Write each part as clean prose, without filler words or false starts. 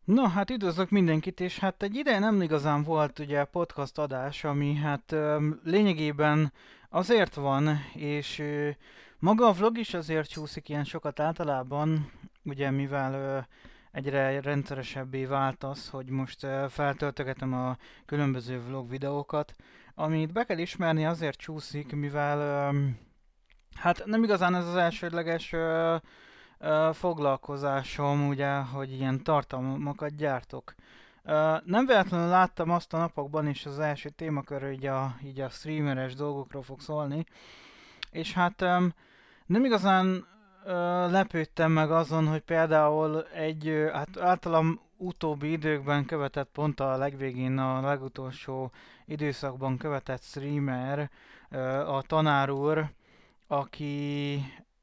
No, hát üdvözlök mindenkit, és hát egy ideje nem igazán volt ugye podcast adás, ami hát lényegében azért van, és maga a vlog is azért csúszik ilyen sokat általában, ugye mivel egyre rendszeresebbé vált az, hogy most feltöltögetem a különböző vlog videókat, amit be kell ismerni azért csúszik, mivel hát nem igazán ez az elsődleges foglalkozásom, ugye, hogy ilyen tartalmakat gyártok. Nem véletlenül láttam azt a napokban is az első témakör, így a streameres dolgokról fog szólni, és hát nem igazán lepődtem meg azon, hogy például hát általam utóbbi időkben követett, pont a legvégén, a legutolsó időszakban követett streamer, a tanár úr, aki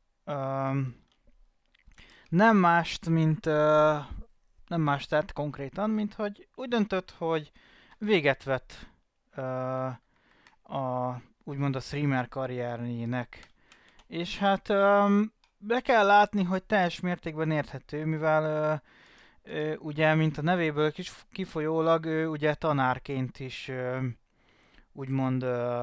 nem mást, mint nem más tett konkrétan, mint hogy úgy döntött, hogy véget vet a úgymond a streamer karrierjének. És hát be kell látni, hogy teljes mértékben érthető, mivel ugye, mint a nevéből kifolyólag, ő ugye tanárként is úgymond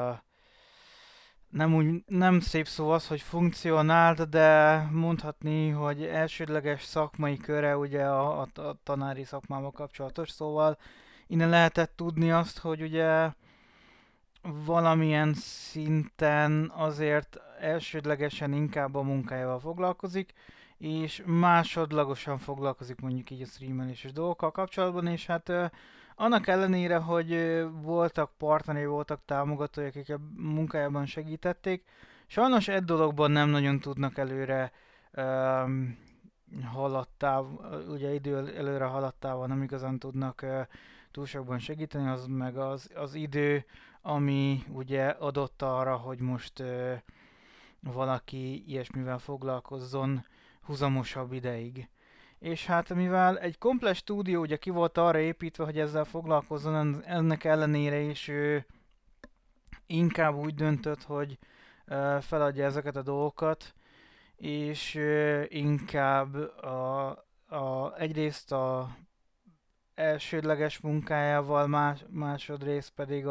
nem szép szó az, hogy funkcionált, de mondhatni, hogy elsődleges szakmai köre ugye a tanári szakmával kapcsolatos, szóval innen lehetett tudni azt, hogy ugye valamilyen szinten azért elsődlegesen inkább a munkájával foglalkozik, és másodlagosan foglalkozik mondjuk így a streameléses dolgokkal kapcsolatban, és hát annak ellenére, hogy voltak partnerei, voltak támogatói, akik a munkájában segítették, sajnos egy dologban nem nagyon tudnak előre um, ugye idő előre haladtával nem igazán tudnak túl sokban segíteni, az meg az idő, ami ugye adott arra, hogy most valaki ilyesmivel foglalkozzon huzamosabb ideig. És hát mivel egy komplex stúdió ugye ki volt arra építve, hogy ezzel foglalkozzon, ennek ellenére is ő inkább úgy döntött, hogy feladja ezeket a dolgokat, és inkább egyrészt a elsődleges munkájával, másodrészt pedig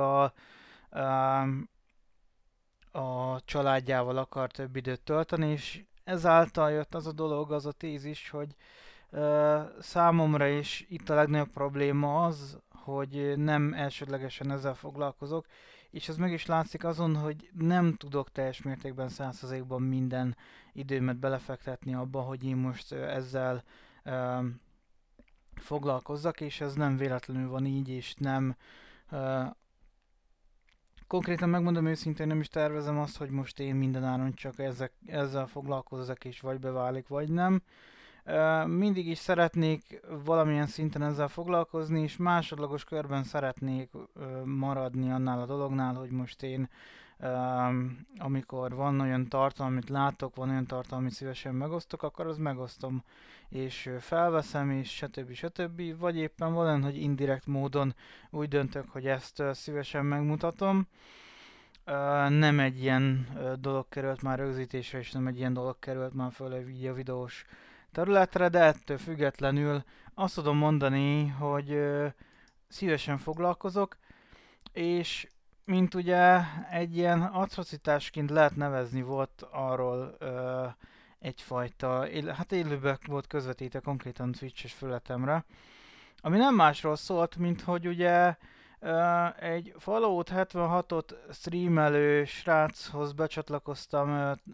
a családjával akar több időt tölteni, és ezáltal jött az a dolog, az a tézis, hogy számomra is itt a legnagyobb probléma az, hogy nem elsődlegesen ezzel foglalkozok, és ez meg is látszik azon, hogy nem tudok teljes mértékben 100%-ban minden időmet belefektetni abba, hogy én most ezzel ö, foglalkozzak, és ez nem véletlenül van így, és nem ö, konkrétan megmondom őszintén, nem is tervezem azt, hogy most én mindenáron csak ezzel foglalkozzak, és vagy beválik, vagy nem. Mindig is szeretnék valamilyen szinten ezzel foglalkozni, és másodlagos körben szeretnék maradni annál a dolognál, hogy most én amikor van olyan tartalom, amit látok, van olyan tartalom, amit szívesen megosztok, akkor az megosztom, és felveszem, és stb. Vagy éppen valami, hogy indirekt módon úgy döntök, hogy ezt szívesen megmutatom. Nem egy ilyen dolog került már rögzítésre, és nem egy ilyen dolog került már föl a videós területre, de ettől függetlenül azt tudom mondani, hogy szívesen foglalkozok, és mint ugye egy ilyen atrocitásként lehet nevezni, volt arról egyfajta, hát élőben volt közvetítve konkrétan Twitch-es felületemre, ami nem másról szólt, mint hogy ugye egy Fallout 76-ot streamelő sráchoz becsatlakoztam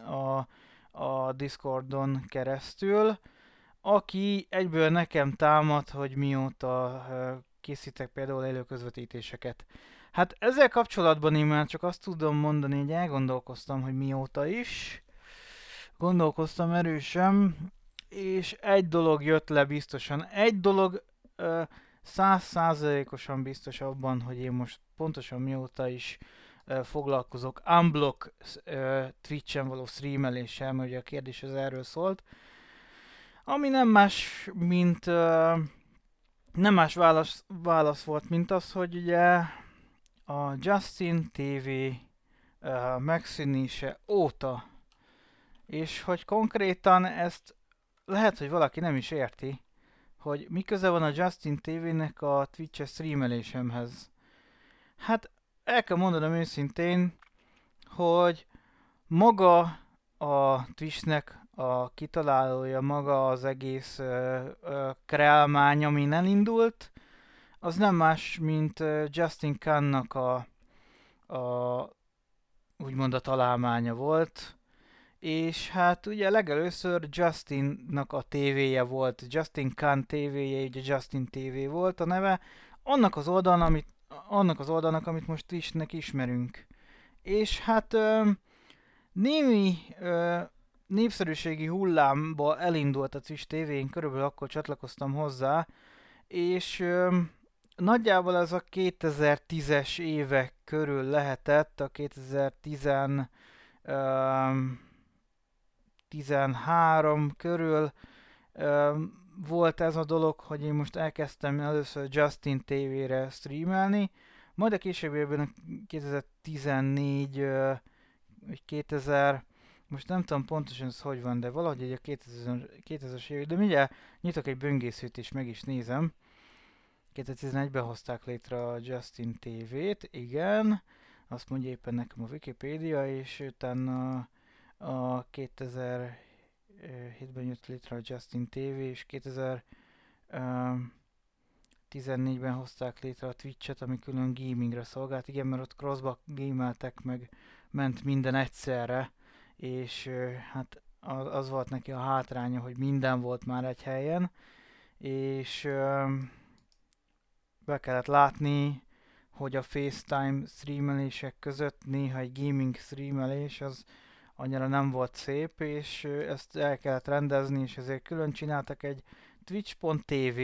a Discordon keresztül, aki egyből nekem támad, hogy mióta készítek például élő közvetítéseket. Hát ezzel kapcsolatban én már csak azt tudom mondani, hogy elgondolkoztam, hogy mióta is. Gondolkoztam erősen, és egy dolog jött le biztosan. Egy dolog 100%-osan biztos abban, hogy én most pontosan mióta is foglalkozok unblock Twitch-en való streameléssel, mert ugye a kérdés az erről szólt. Ami nem más, mint nem más válasz volt, mint az, hogy ugye a Justin TV megszűnése óta, és hogy konkrétan ezt lehet, hogy valaki nem is érti, hogy mi köze van a Justin TV-nek a Twitch-es streamelésemhez. Hát el kell mondanom őszintén, hogy maga a Twitchnek a kitalálója, maga az egész kreálmány, amin elindult, az nem más, mint Justin Khannak a úgymond a találmánya volt. És hát ugye legelőször Justinnak a tévéje volt, Justin Khan tévéje, ugye Justin TV volt a neve, annak az oldalnak, amit most Twitchnek ismerünk. És hát némi népszerűségi hullámba elindult a Twitch TV, én körülbelül akkor csatlakoztam hozzá, és nagyjából ez a 2010-es évek körül lehetett, a 2013 körül volt ez a dolog, hogy én most elkezdtem először Justin TV-re streamelni, majd a későbbiekben 2014 vagy 2000, most nem tudom pontosan ez hogy van, de valahogy egy a 2000-es év, de mindjárt nyitok egy böngészőt és meg is nézem. 2011-ben hozták létre a Justin TV-t, igen, azt mondja éppen nekem a Wikipédia, és utána a 2007-ben jött létre a Justin TV, és 2014-ben hozták létre a Twitch-et, ami külön gamingre szolgált. Igen, mert ott crossba gameltek, meg ment minden egyszerre, és hát az volt neki a hátránya, hogy minden volt már egy helyen, és be kellett látni, hogy a FaceTime streamelések között néha egy gaming streamelés az annyira nem volt szép, és ezt el kellett rendezni, és ezért külön csináltak egy twitch.tv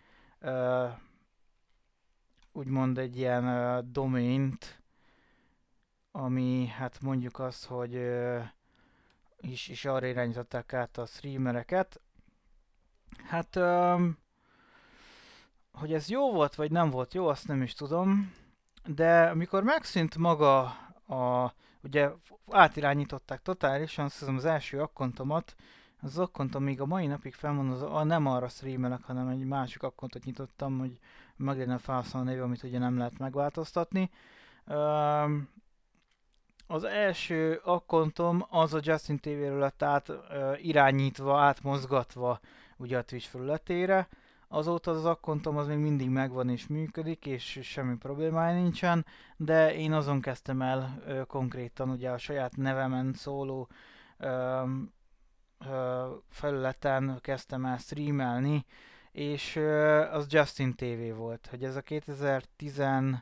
úgymond egy ilyen domaint, ami hát mondjuk azt, hogy is arra irányították át a streamereket. Hát hogy ez jó volt, vagy nem volt jó, azt nem is tudom, de amikor megszűnt maga ugye átirányították totálisan, azt hiszem az első akkontomat, az akkontom még a mai napig fenn van, nem arra streamelek, hanem egy másik akkontot nyitottam, hogy meg legyen felhasználó név, amit ugye nem lehet megváltoztatni. Az első akkontom az a Justin TV-ről lett irányítva, átmozgatva ugye a Twitch felületére. Azóta az akkontom az még mindig megvan és működik, és semmi problémája nincsen, de én azon kezdtem el konkrétan ugye a saját nevemen szóló felületen kezdtem el streamelni, és az Justin TV volt, hogy ez a 2010-es,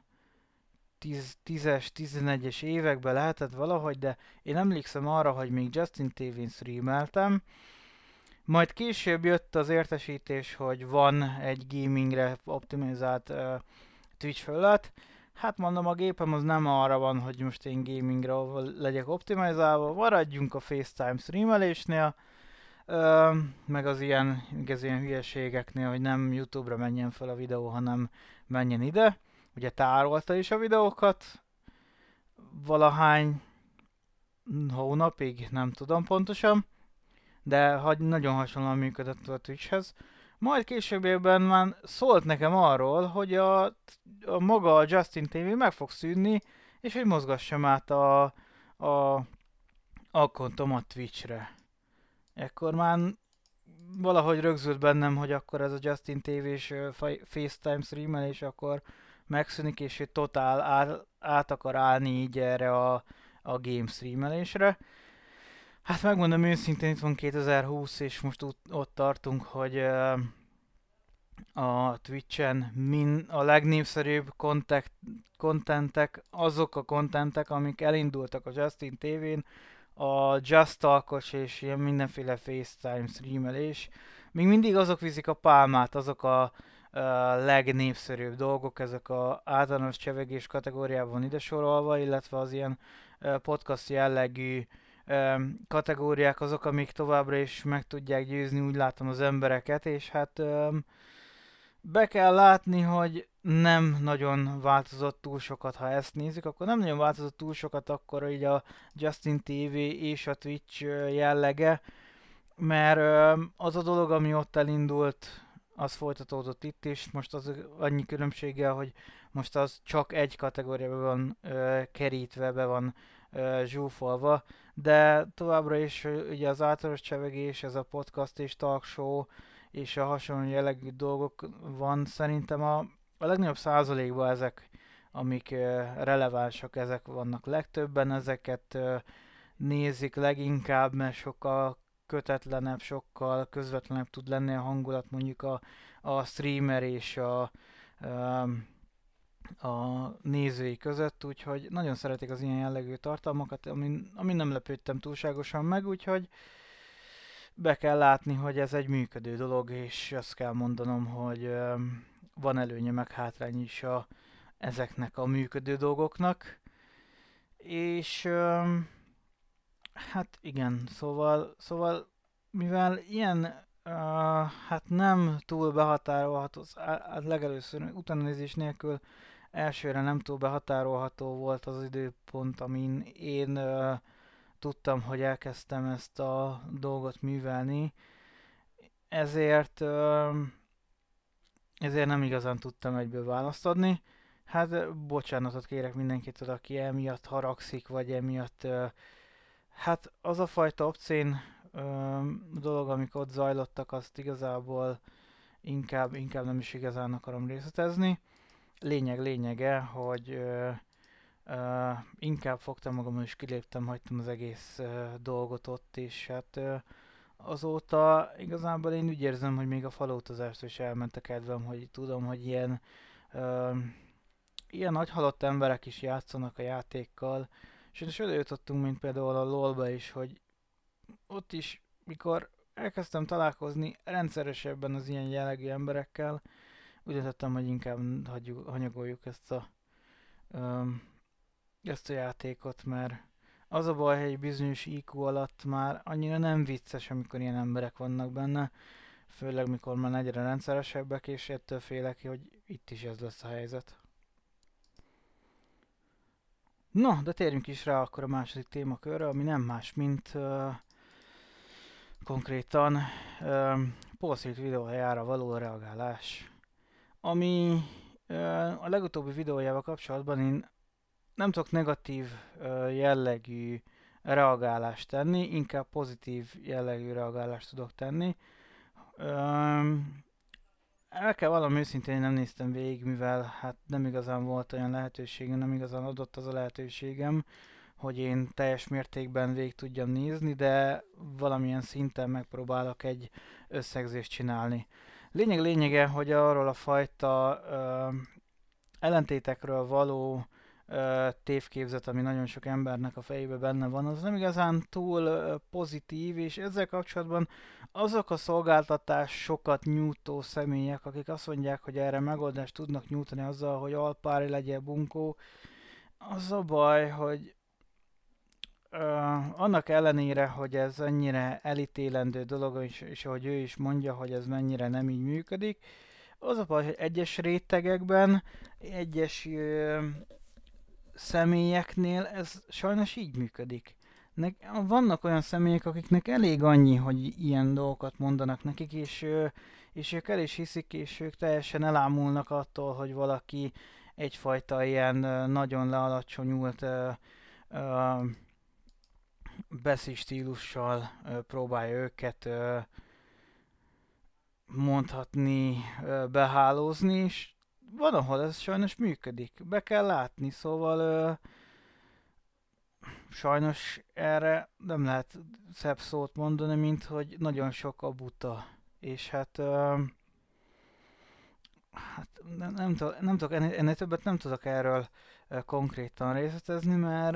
11-es években lehetett valahogy, de én emlékszem arra, hogy még Justin TV-n streameltem, majd később jött az értesítés, hogy van egy gamingre optimizált Twitch felület. Hát mondom, a gépem az nem arra van, hogy most én gamingre legyek optimalizálva, maradjunk a FaceTime streamelésnél, meg az ilyen hülyeségeknél, hogy nem YouTube-ra menjen fel a videó, hanem menjen ide. Ugye tárolta is a videókat, valahány hónapig, nem tudom pontosan, de nagyon hasonlóan működött a Twitchhez. Majd későbbiekben már szólt nekem arról, hogy a maga a Justin TV meg fog szűnni, és hogy mozgassam át a akkontom a Twitchre. Ekkor már valahogy rögzült bennem, hogy akkor ez a Justin TV-s FaceTime streamelés akkor megszűnik, és hogy totál át akar állni így erre a game streamelésre. Hát megmondom őszintén, itt van 2020, és most ott tartunk, hogy a Twitch-en a legnépszerűbb contentek, azok a contentek, amik elindultak a Justin TV-n, a Just Talkos és ilyen mindenféle FaceTime streamelés. Még mindig azok viszik a pálmát, azok a legnépszerűbb dolgok, ezek a általános csevegés kategóriában ide sorolva, illetve az ilyen podcast jellegű kategóriák azok, amik továbbra is meg tudják győzni, úgy látom, az embereket, és hát be kell látni, hogy nem nagyon változott túl sokat, ha ezt nézzük, akkor nem nagyon változott túl sokat akkor így a Justin TV és a Twitch jellege, mert az a dolog, ami ott elindult, az folytatódott itt is, most az annyi különbséggel, hogy most az csak egy kategóriába van kerítve, be van zsúfolva, de továbbra is ugye az általános csevegés, ez a podcast és talk show és a hasonló jellegű dolgok van szerintem a legnagyobb százalékban ezek, amik relevánsak, ezek vannak legtöbben, ezeket nézik leginkább, mert sokkal kötetlenebb, sokkal közvetlenebb tud lenni a hangulat mondjuk a streamer és a nézői között, úgyhogy nagyon szeretik az ilyen jellegű tartalmakat, amin nem lepődtem túlságosan meg, úgyhogy be kell látni, hogy ez egy működő dolog, és azt kell mondanom, hogy van előnye meg hátrány is ezeknek a működő dolgoknak, és hát igen, szóval mivel ilyen hát nem túl behatárolható, legelőször utánanézés nélkül elsőre nem túl behatárolható volt az időpont, amin én tudtam, hogy elkezdtem ezt a dolgot művelni, ezért ezért nem igazán tudtam egyből választ adni. Hát bocsánatot kérek mindenkitől, aki emiatt haragszik, vagy emiatt hát az a fajta obszén dolog, amik ott zajlottak, azt igazából inkább nem is igazán akarom részletezni. Lényege, hogy inkább fogtam magam és kiléptem, hagytam az egész dolgot ott, és hát azóta igazából én úgy érzem, hogy még a falóutazást is elment a kedvem, hogy tudom, hogy ö, ilyen nagy halott emberek is játszanak a játékkal, és oda jutottunk, mint például a LoL-ba is, hogy ott is, mikor elkezdtem találkozni rendszeresebben az ilyen jellegű emberekkel, úgy döntöttem, hogy inkább hanyagoljuk ezt a játékot, mert az a baj, hogy egy bizonyos IQ alatt már annyira nem vicces, amikor ilyen emberek vannak benne, főleg mikor már egyre rendszeresebbek, és ettől félek, hogy itt is ez lesz a helyzet. No, de térjünk is rá akkor a második témakörre, ami nem más, mint konkrétan Paul Street videójára való reagálás. Ami a legutóbbi videójával kapcsolatban én nem tudok negatív jellegű reagálást tenni, inkább pozitív jellegű reagálást tudok tenni. El kell valami őszintén, nem néztem végig, mivel hát nem igazán volt olyan lehetőségem, nem igazán adott az a lehetőségem, hogy én teljes mértékben végig tudjam nézni, de valamilyen szinten megpróbálok egy összegzést csinálni. Lényege, hogy arról a fajta ellentétekről való tévképzet, ami nagyon sok embernek a fejébe benne van, az nem igazán túl pozitív, és ezzel kapcsolatban azok a szolgáltatásokat nyújtó személyek, akik azt mondják, hogy erre megoldást tudnak nyújtani azzal, hogy alpári legyen bunkó, az a baj, hogy annak ellenére, hogy ez ennyire elítélendő dolog, és ahogy ő is mondja, hogy ez mennyire nem így működik, az a baj, hogy egyes rétegekben, egyes személyeknél ez sajnos így működik. Vannak olyan személyek, akiknek elég annyi, hogy ilyen dolgokat mondanak nekik, és ők el is hiszik, és ők teljesen elámulnak attól, hogy valaki egyfajta ilyen nagyon lealacsonyult beszédstílussal próbálja őket mondhatni, behálózni, és van, ahol ez sajnos működik. Be kell látni, szóval sajnos erre nem lehet szebb szót mondani, mint hogy nagyon sok a buta. És hát nem tudok ennél többet nem tudok erről konkrétan részletezni, mert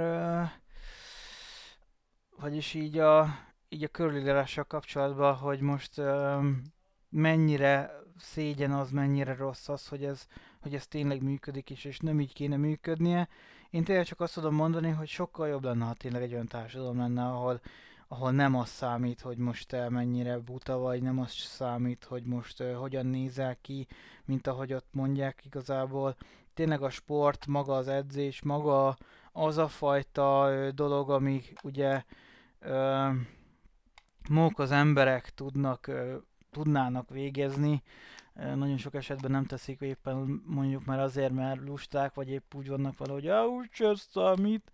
vagyis így a körülírással kapcsolatban, hogy most mennyire szégyen az, mennyire rossz az, hogy ez tényleg működik is, és nem így kéne működnie. Én tényleg csak azt tudom mondani, hogy sokkal jobb lenne, ha tényleg egy olyan társadalom lenne, ahol nem az számít, hogy most te mennyire buta vagy, nem az számít, hogy most hogyan nézel ki, mint ahogy ott mondják igazából. Tényleg a sport, maga az edzés, maga az a fajta dolog, ami ugye maguk az emberek tudnának végezni, Nagyon sok esetben nem teszik éppen mondjuk már azért, mert lusták, vagy épp úgy vannak vele, hogy úgy ez számít.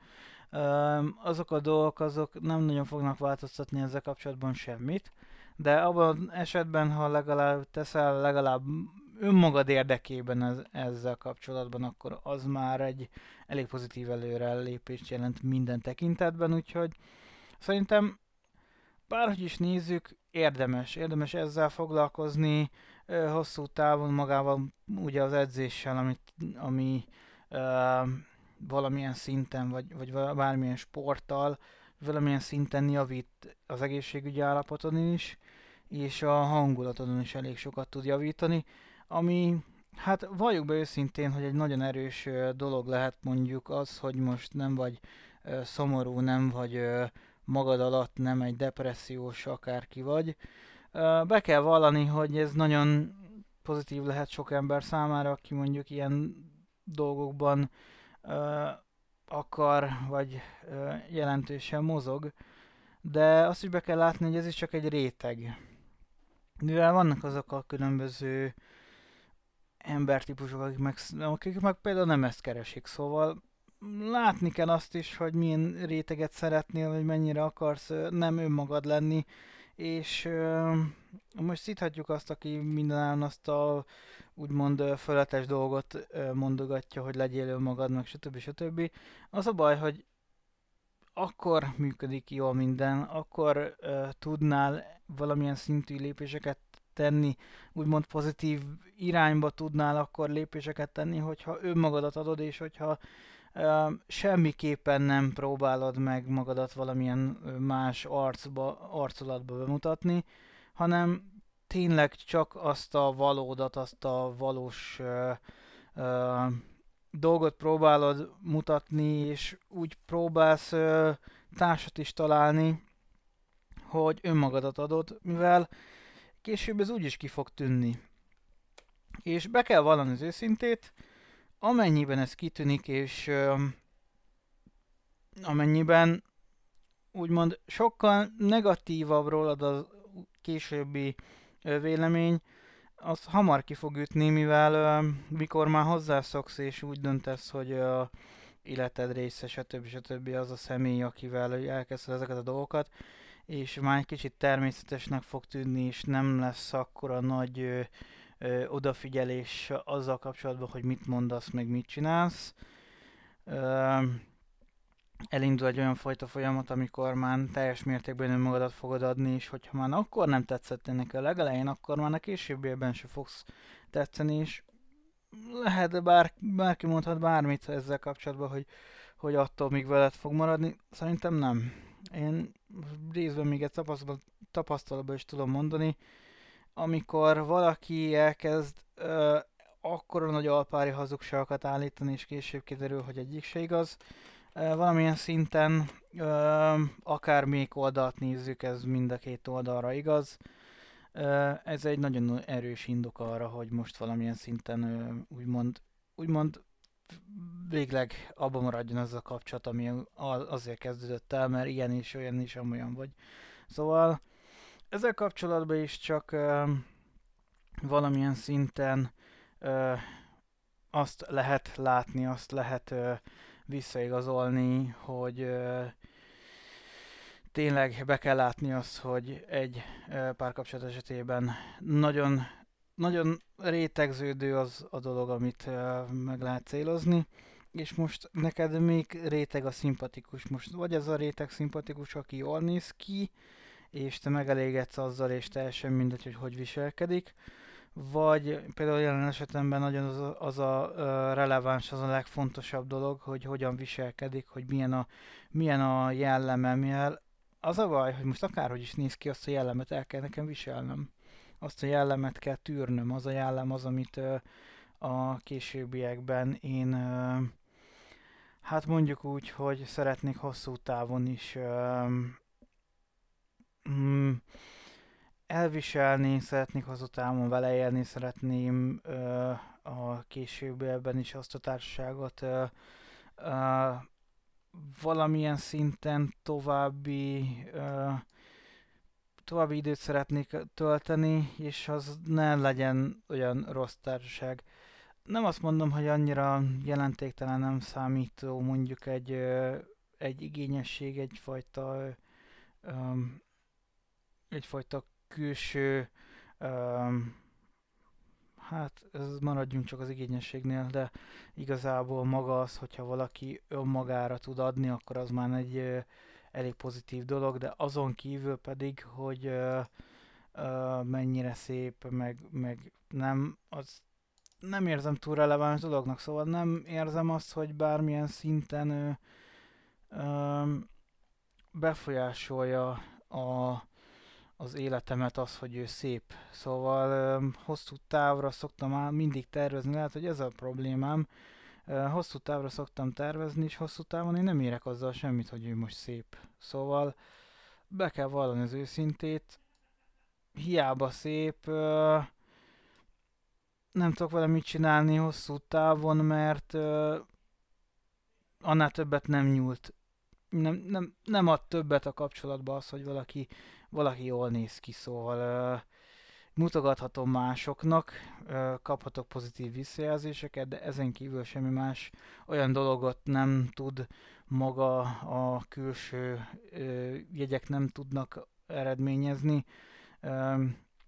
Azok a dolgok, azok nem nagyon fognak változtatni ezzel kapcsolatban semmit, de abban az esetben, ha legalább teszel legalább önmagad érdekében ezzel kapcsolatban, akkor az már egy elég pozitív előrelépést jelent minden tekintetben, úgyhogy szerintem bárhogy is nézzük, érdemes ezzel foglalkozni, hosszú távon magával, ugye az edzéssel, ami ö, valamilyen szinten, vagy bármilyen sporttal, valamilyen szinten javít az egészségügyi állapotodon is, és a hangulatodon is elég sokat tud javítani, ami hát valljuk be őszintén, hogy egy nagyon erős dolog lehet mondjuk az, hogy most nem vagy szomorú, nem vagy magad alatt, nem egy depressziós akárki vagy. Be kell vallani, hogy ez nagyon pozitív lehet sok ember számára, aki mondjuk ilyen dolgokban ö, akar, vagy jelentősen mozog, de azt is be kell látni, hogy ez is csak egy réteg. Mivel vannak azok a különböző embertípusok, akik meg például nem ezt keresik, szóval látni kell azt is, hogy milyen réteget szeretnél, vagy mennyire akarsz nem önmagad lenni, és most szíthatjuk azt, aki mindenáron azt a úgymond fölöttes dolgot mondogatja, hogy legyél önmagad, meg stb. Az a baj, hogy akkor működik jól minden, akkor tudnál valamilyen szintű lépéseket tenni, úgymond pozitív irányba tudnál akkor lépéseket tenni, hogyha önmagadat adod, és hogyha semmiképpen nem próbálod meg magadat valamilyen más arculatba bemutatni, hanem tényleg csak azt a valódat, azt a valós ö, dolgot próbálod mutatni, és úgy próbálsz társat is találni, hogy önmagadat adod, mivel később ez úgyis ki fog tűnni. És be kell vallani az őszintét, amennyiben ez kitűnik, és amennyiben úgymond sokkal negatívabb rólad a későbbi vélemény, az hamar ki fog ütni, mivel mikor már hozzászoksz és úgy döntesz, hogy életed része, stb. Az a személy, akivel elkezdted ezeket a dolgokat, és már egy kicsit természetesnek fog tűnni, és nem lesz akkora nagy odafigyelés azzal kapcsolatban, hogy mit mondasz, meg mit csinálsz. Ö, Elindul egy olyan fajta folyamat, amikor már teljes mértékben önmagadat fogod adni, és hogyha már akkor nem tetszett ennek a legelején, akkor már a későbbiekben se fogsz tetszeni, és lehet bárki mondhat bármit ezzel kapcsolatban, hogy attól még veled fog maradni. Szerintem nem. Én részben még egy tapasztalatban is tudom mondani, amikor valaki elkezd akkora nagy alpári hazugságokat állítani, és később kiderül, hogy egyik se igaz, valamilyen szinten, akármelyik oldalt nézzük, ez mind a két oldalra igaz. Ez egy nagyon erős indok arra, hogy most valamilyen szinten úgymond végleg abba maradjon az a kapcsolat, ami azért kezdődött el, mert ilyen is, olyan is, amolyan vagy. Szóval ezzel kapcsolatban is csak valamilyen szinten ö, azt lehet látni, azt lehet visszaigazolni, hogy tényleg be kell látni azt, hogy egy párkapcsolat esetében nagyon, nagyon rétegződő az a dolog, amit meg lehet célozni, és most neked még réteg a szimpatikus. Most vagy ez a réteg szimpatikus, aki jól néz ki, és te megelégedsz azzal, és teljesen mindegy, hogy viselkedik, vagy például jelen esetemben nagyon az a releváns, az a legfontosabb dolog, hogy hogyan viselkedik, hogy milyen a jelleme, mivel az a baj, hogy most akárhogy is néz ki, azt a jellemet el kell nekem viselnem. Azt a jellemet kell tűrnöm, az a jellem az, amit a későbbiekben én hát mondjuk úgy, hogy szeretnék hosszú távon is mm, elviselni, szeretnék hosszú távon vele élni, szeretném a későbbiekben is azt a társaságot ö, valamilyen szinten további további időt szeretnék tölteni, és az ne legyen olyan rossz társaság. Nem azt mondom, hogy annyira jelentéktelen nem számító mondjuk egy igényesség, öm, egyfajta külső, öm, hát ez maradjunk csak az igényességnél, de igazából maga az, hogyha valaki önmagára tud adni, akkor az már egy elég pozitív dolog, de azon kívül pedig, hogy mennyire szép, meg nem, az nem érzem túl releváns dolognak, szóval nem érzem azt, hogy bármilyen szinten ö, befolyásolja a, az életemet az, hogy ő szép. Szóval hosszú távra szoktam mindig tervezni, lehet, hogy ez a problémám. Hosszú távra szoktam tervezni, és hosszú távon én nem érek azzal semmit, hogy ő most szép. Szóval be kell vallani az őszintét, hiába szép, nem tudok vele mit csinálni hosszú távon, mert annál többet nem nyúlt. Nem ad többet a kapcsolatba az, hogy valaki jól néz ki, szóval mutogathatom másoknak, kaphatok pozitív visszajelzéseket, de ezen kívül semmi más olyan dolgot nem tud maga a külső jegyek nem tudnak eredményezni, ö,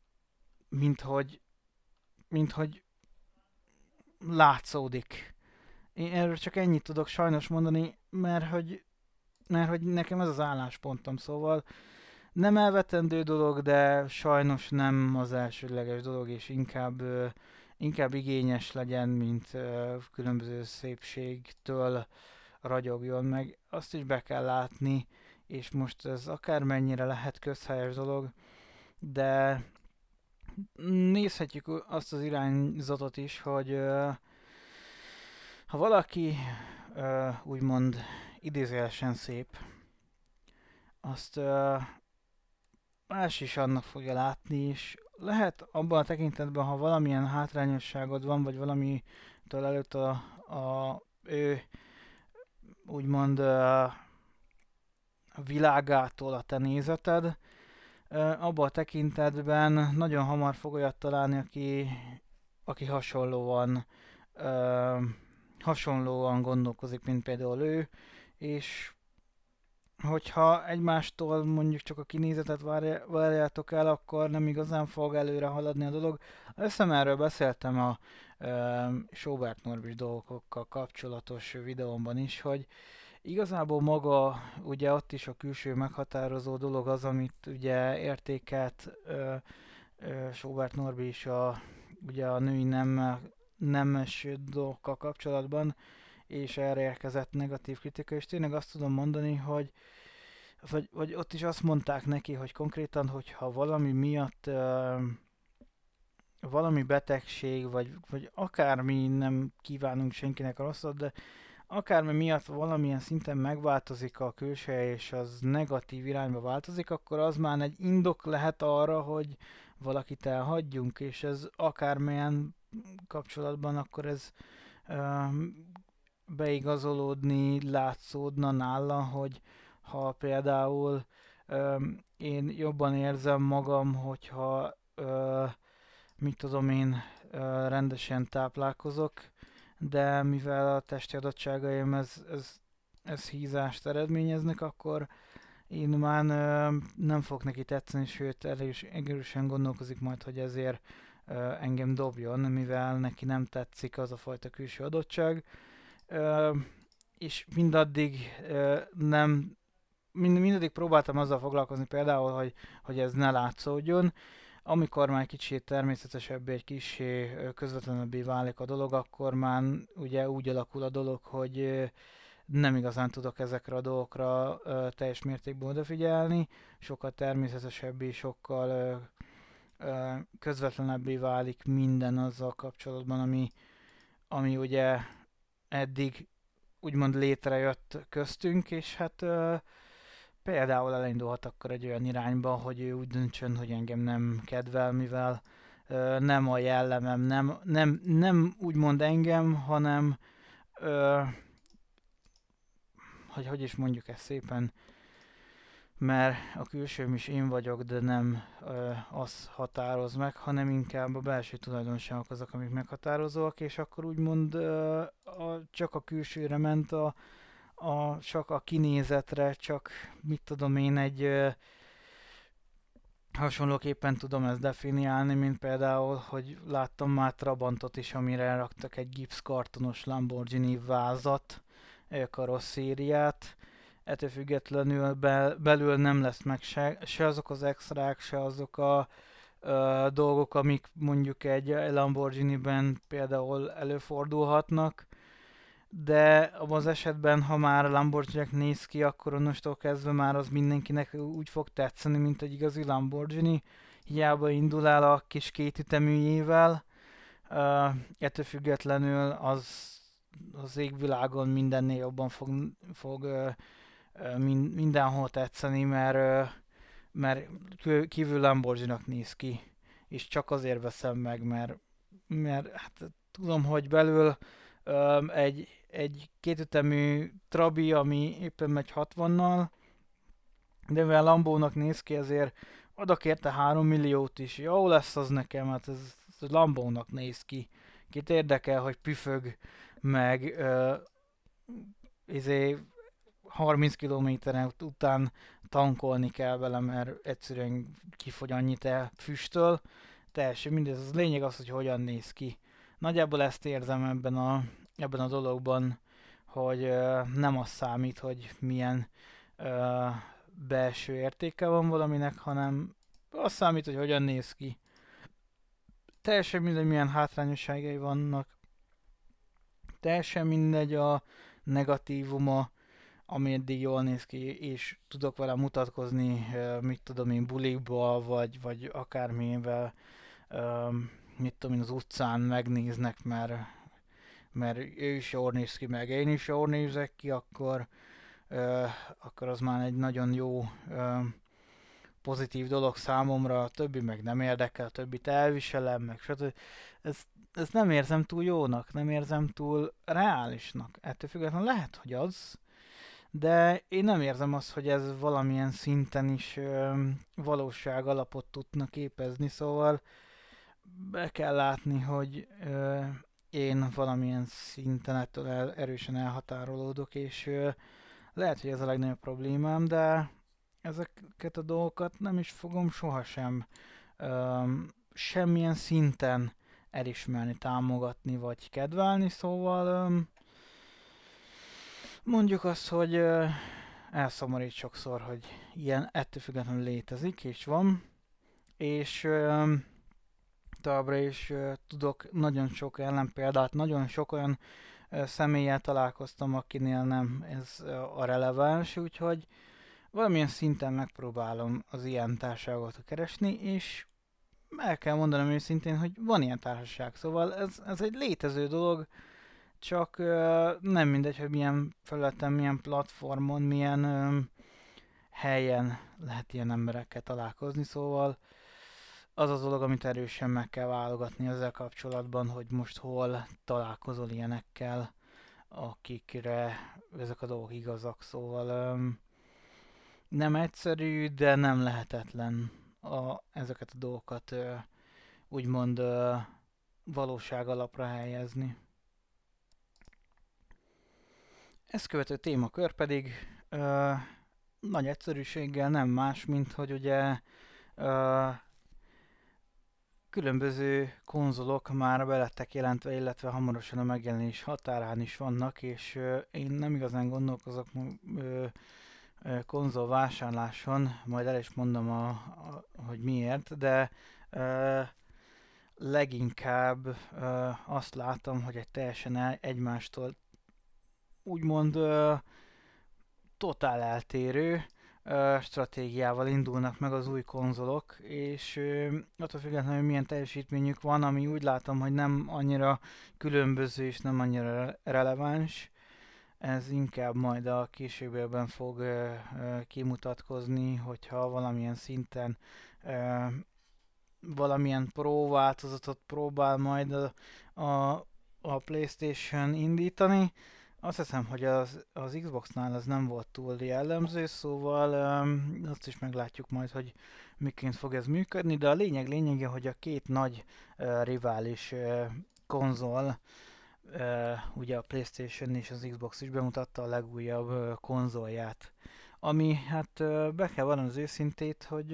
mint hogy látszódik. Én erről csak ennyit tudok sajnos mondani, mert hogy nekem ez az álláspontom, szóval nem elvetendő dolog, de sajnos nem az elsődleges dolog, és inkább igényes legyen, mint különböző szépségtől ragyogjon meg. Azt is be kell látni, és most ez akármennyire lehet közhelyes dolog, de nézhetjük azt az irányzatot is, hogy ha valaki úgymond idézőjelesen szép, azt más is annak fogja látni, és lehet abban a tekintetben, ha valamilyen hátrányosságod van, vagy valamitől előtt ő úgymond a világától a te nézeted, abban a tekintetben nagyon hamar fog olyat találni, aki hasonlóan gondolkozik, mint például ő, és hogyha egymástól mondjuk csak a kinézetet várjátok el, akkor nem igazán fog előre haladni a dolog. Azt hiszem erről beszéltem a Sobert Norbis dolgokkal kapcsolatos videómban is, hogy igazából maga ugye ott is a külső meghatározó dolog az, amit ugye értékelt Sobert Norbi is ugye a női nemes dolgokkal kapcsolatban, és erre érkezett negatív kritika, és tényleg azt tudom mondani, vagy ott is azt mondták neki, hogy konkrétan, hogyha valami miatt valami betegség, vagy akármi, nem kívánunk senkinek a rosszat, de akármi miatt valamilyen szinten megváltozik a külseje, és az negatív irányba változik, akkor az már egy indok lehet arra, hogy valakit elhagyjunk, és ez akármilyen kapcsolatban, akkor ez beigazolódni látszódna nála, hogy ha például én jobban érzem magam, hogyha mit tudom én, rendesen táplálkozok, de mivel a testi adottságaim ez hízást eredményeznek, akkor én már nem fog neki tetszeni, sőt erősen gondolkozik majd, hogy ezért engem dobjon, mivel neki nem tetszik az a fajta külső adottság, és mindaddig próbáltam azzal foglalkozni például, hogy ez ne látszódjon. Amikor már kicsit természetesebbé, egy kicsi közvetlenebbé válik a dolog, akkor már ugye úgy alakul a dolog, hogy nem igazán tudok ezekre a dolgokra teljes mértékben odafigyelni, sokkal természetesebbé, sokkal közvetlenebbé válik minden azzal kapcsolatban, ami ugye eddig úgymond létrejött köztünk, és hát például elindulhat akkor egy olyan irányba, hogy ő úgy döntsön, hogy engem nem kedvel, mivel nem a jellemem, nem úgymond engem, hanem hogy is mondjuk ezt szépen, mert a külsőm is én vagyok, de nem az határoz meg, hanem inkább a belső tulajdonságok azok, amik meghatározóak, és akkor úgymond csak a külsőre ment csak a kinézetre, csak mit tudom én, hasonlóképpen tudom ezt definiálni, mint például, hogy láttam már Trabantot is, amire raktak egy gipszkartonos Lamborghini vázat, karosszériát. Ettől függetlenül belül nem lesz meg se azok az extrák, se azok a dolgok, amik mondjuk egy Lamborghini-ben például előfordulhatnak. De abban az esetben, ha már a Lamborghini néz ki, akkor onnantól kezdve már az mindenkinek úgy fog tetszeni, mint egy igazi Lamborghini. Hiába indul el a kis kétüteműjével, ettől függetlenül az égvilágon mindennél jobban fog mindenhol tetszeni, mert kívül Lamborghini-nak néz ki. És csak azért veszem meg, mert hát tudom, hogy belül egy kétütemű Trabi, ami éppen megy 60-nal, de mivel Lambónak néz ki, ezért adok érte 3 milliót is. Jó lesz az nekem, hát ez Lambónak néz ki. Kit érdekel, hogy püfög, meg izé 30 kilométeren után tankolni kell vele, mert egyszerűen kifogy annyit el füstöl. Teljesen mindez, az lényeg az, hogy hogyan néz ki. Nagyjából ezt érzem ebben a dologban, hogy nem az számít, hogy milyen ö, belső értéke van valaminek, hanem az számít, hogy hogyan néz ki. Teljesen mindegy, milyen hátrányosságai vannak. Teljesen mindegy a negatívuma, ami eddig jól néz ki, és tudok vele mutatkozni, mit tudom én, bulikba, vagy akármivel, mit tudom én, az utcán megnéznek, mert ő is jól néz ki, meg én is jól nézek ki, akkor az már egy nagyon jó pozitív dolog számomra, a többi meg nem érdekel, a többit elviselem, meg stb. Ezt nem érzem túl jónak, nem érzem túl reálisnak. Ettől függetlenül lehet, hogy az, de én nem érzem azt, hogy ez valamilyen szinten is valóság alapot tudna képezni, szóval be kell látni, hogy én valamilyen szinten ettől erősen elhatárolódok, és lehet, hogy ez a legnagyobb problémám, de ezeket a dolgokat nem is fogom sohasem semmilyen szinten elismerni, támogatni vagy kedvelni, szóval mondjuk azt, hogy elszomorít sokszor, hogy ilyen ettől függetlenül létezik és van, és továbbra is tudok nagyon sok ellenpéldát, nagyon sok olyan személlyel találkoztam, akinél nem ez a releváns, úgyhogy valamilyen szinten megpróbálom az ilyen társaságokat keresni, és el kell mondanom őszintén, hogy van ilyen társaság, szóval ez egy létező dolog, csak nem mindegy, hogy milyen felületen, milyen platformon, milyen helyen lehet ilyen emberekkel találkozni, szóval az az dolog, amit erősen meg kell válogatni ezzel kapcsolatban, hogy most hol találkozol ilyenekkel, akikre ezek a dolgok igazak, szóval nem egyszerű, de nem lehetetlen ezeket a dolgokat úgymond valóság alapra helyezni. Ezt követő témakör pedig nagy egyszerűséggel nem más, mint hogy ugye különböző konzolok már belettek jelentve, illetve hamarosan a megjelenés határán is vannak, és én nem igazán gondolkozok konzol vásárláson, majd el is mondom, hogy miért, de leginkább azt látom, hogy egy teljesen egymástól úgymond totál eltérő stratégiával indulnak meg az új konzolok, és attól függetlenül, hogy milyen teljesítményük van, ami úgy látom, hogy nem annyira különböző és nem annyira releváns, ez inkább majd a későbbiekben fog kimutatkozni, hogyha valamilyen szinten valamilyen Pro változatot próbál majd a PlayStation indítani, Azt hiszem, hogy az Xboxnál ez nem volt túl jellemző, szóval azt is meglátjuk majd, hogy miként fog ez működni, de a lényege, hogy a két nagy rivális konzol, ugye a PlayStation és az Xbox is bemutatta a legújabb konzolját. Ami hát be kell vallanom az őszintét, hogy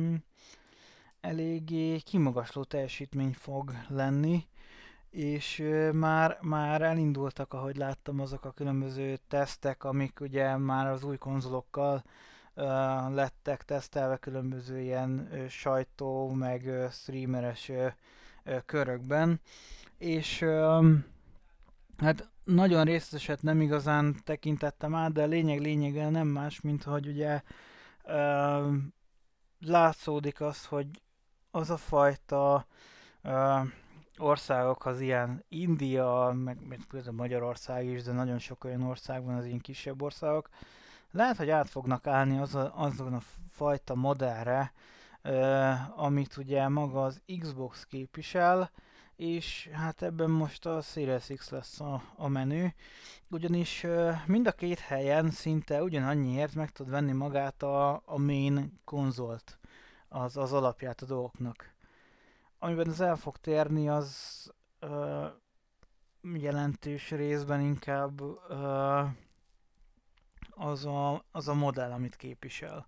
eléggé kimagasló teljesítmény fog lenni, és már elindultak, ahogy láttam, azok a különböző tesztek, amik ugye már az új konzolokkal lettek tesztelve különböző ilyen sajtó, meg streameres körökben, és hát nagyon részleteset nem igazán tekintettem át, de a lényege nem más, mint hogy ugye ö, látszódik az, hogy az a fajta ö, országok, az ilyen India, meg például Magyarország is, de nagyon sok olyan ország van, az ilyen kisebb országok, lehet, hogy át fognak állni azon a fajta modellre, amit ugye maga az Xbox képvisel, és hát ebben most a Series X lesz a menü, ugyanis mind a két helyen szinte ugyanannyiért meg tud venni magát a main konzolt, az alapját a dolgoknak. Amiben ez el fog térni, az ö, jelentős részben inkább az a modell, amit képvisel.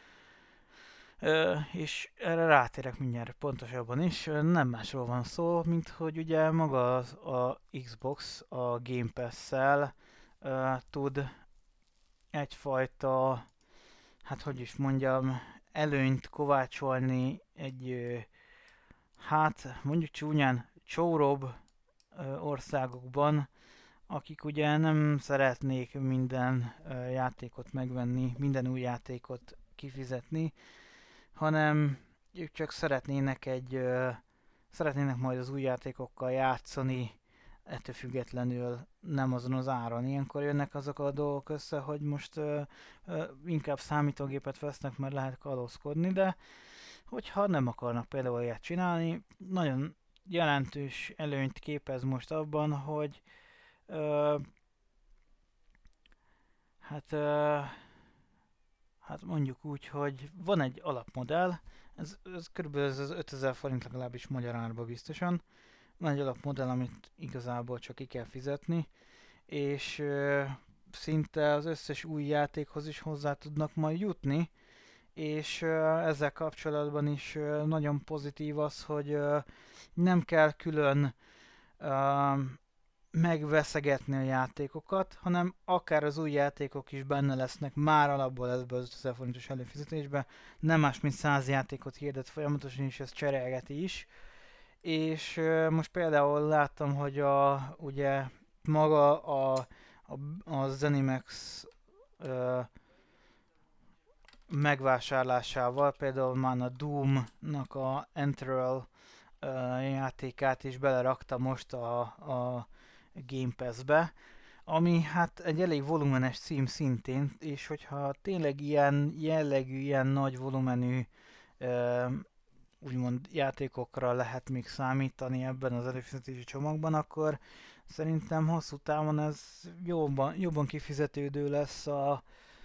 És erre rátérek mindjárt pontosabban is. Nem másról van szó, mint hogy ugye maga a Xbox a Game Pass-szel tud egyfajta, hát hogy is mondjam, előnyt kovácsolni egy, hát mondjuk csúnyán csóróbb országokban, akik ugye nem szeretnék minden játékot megvenni, minden új játékot kifizetni, hanem ők csak szeretnének majd az új játékokkal játszani, ettől függetlenül nem azon az áron. Ilyenkor jönnek azok a dolgok össze, hogy most inkább számítógépet vesznek, mert lehet kalózkodni, de hogyha nem akarnak például ilyet csinálni, nagyon jelentős előnyt képez most abban, hogy ö, hát hát mondjuk úgy, hogy van egy alapmodell, ez körülbelül ez az 5000 forint legalábbis magyar árba biztosan. Van egy alapmodell, amit igazából csak ki kell fizetni, és szinte az összes új játékhoz is hozzá tudnak majd jutni, és ezzel kapcsolatban is nagyon pozitív az, hogy nem kell külön ö, megveszegetni a játékokat, hanem akár az új játékok is benne lesznek már alapból ebben az 5000 forintos előfizetésben. Nem más, mint 100 játékot hirdet folyamatosan, és ezt cserélgeti is. És most például láttam, hogy ugye maga a Zenimax ö, megvásárlásával, például már a Doom-nak a Enteral játékát is belerakta most a Game Pass-be, ami hát egy elég volumenes cím szintén, és hogyha tényleg ilyen jellegű, ilyen nagy volumenű ö, úgymond játékokra lehet még számítani ebben az előfizetési csomagban, akkor szerintem hosszú távon ez jobban kifizetődő lesz a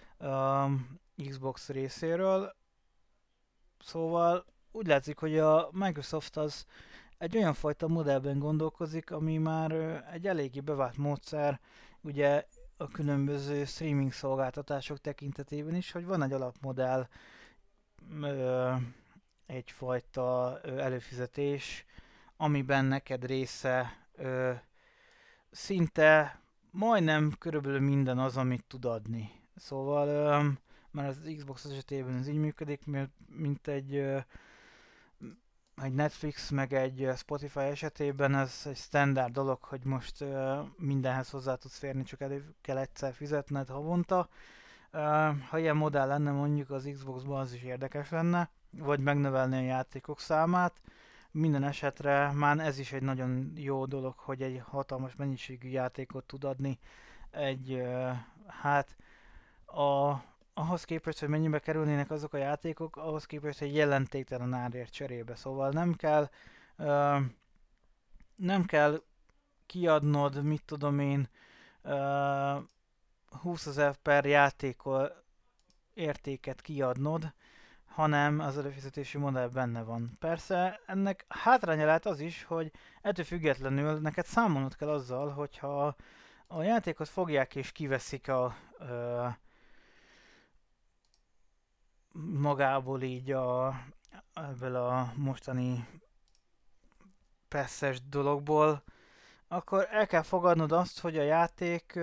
Xbox részéről. Szóval úgy látszik, hogy a Microsoft az egy olyan fajta modellben gondolkozik, ami már egy eléggé bevált módszer, ugye a különböző streaming szolgáltatások tekintetében is, hogy van egy alapmodell, ö, egyfajta előfizetés, amiben neked része szinte majdnem körülbelül minden az, amit tud adni. Szóval már az Xbox esetében ez így működik, mint egy Netflix meg egy Spotify esetében ez egy standard dolog, hogy most mindenhez hozzá tudsz férni, csak elő kell egyszer fizetned havonta. Ha ilyen modell lenne mondjuk az Xboxban, az is érdekes lenne, vagy megnövelni a játékok számát. Minden esetre már ez is egy nagyon jó dolog, hogy egy hatalmas mennyiségű játékot tud adni egy, hát a, ahhoz képest, hogy mennyibe kerülnének azok a játékok, ahhoz képest egy jelentéktelen árért cserébe. Szóval nem kell kiadnod, mit tudom én, ö, 20 000 per játékol értéket kiadnod, hanem az előfizetési modell benne van. Persze ennek hátránya lehet az is, hogy ettől függetlenül neked számolnod kell azzal, hogyha a játékot fogják és kiveszik magából így ebből a mostani PES-es dologból, akkor el kell fogadnod azt, hogy a játék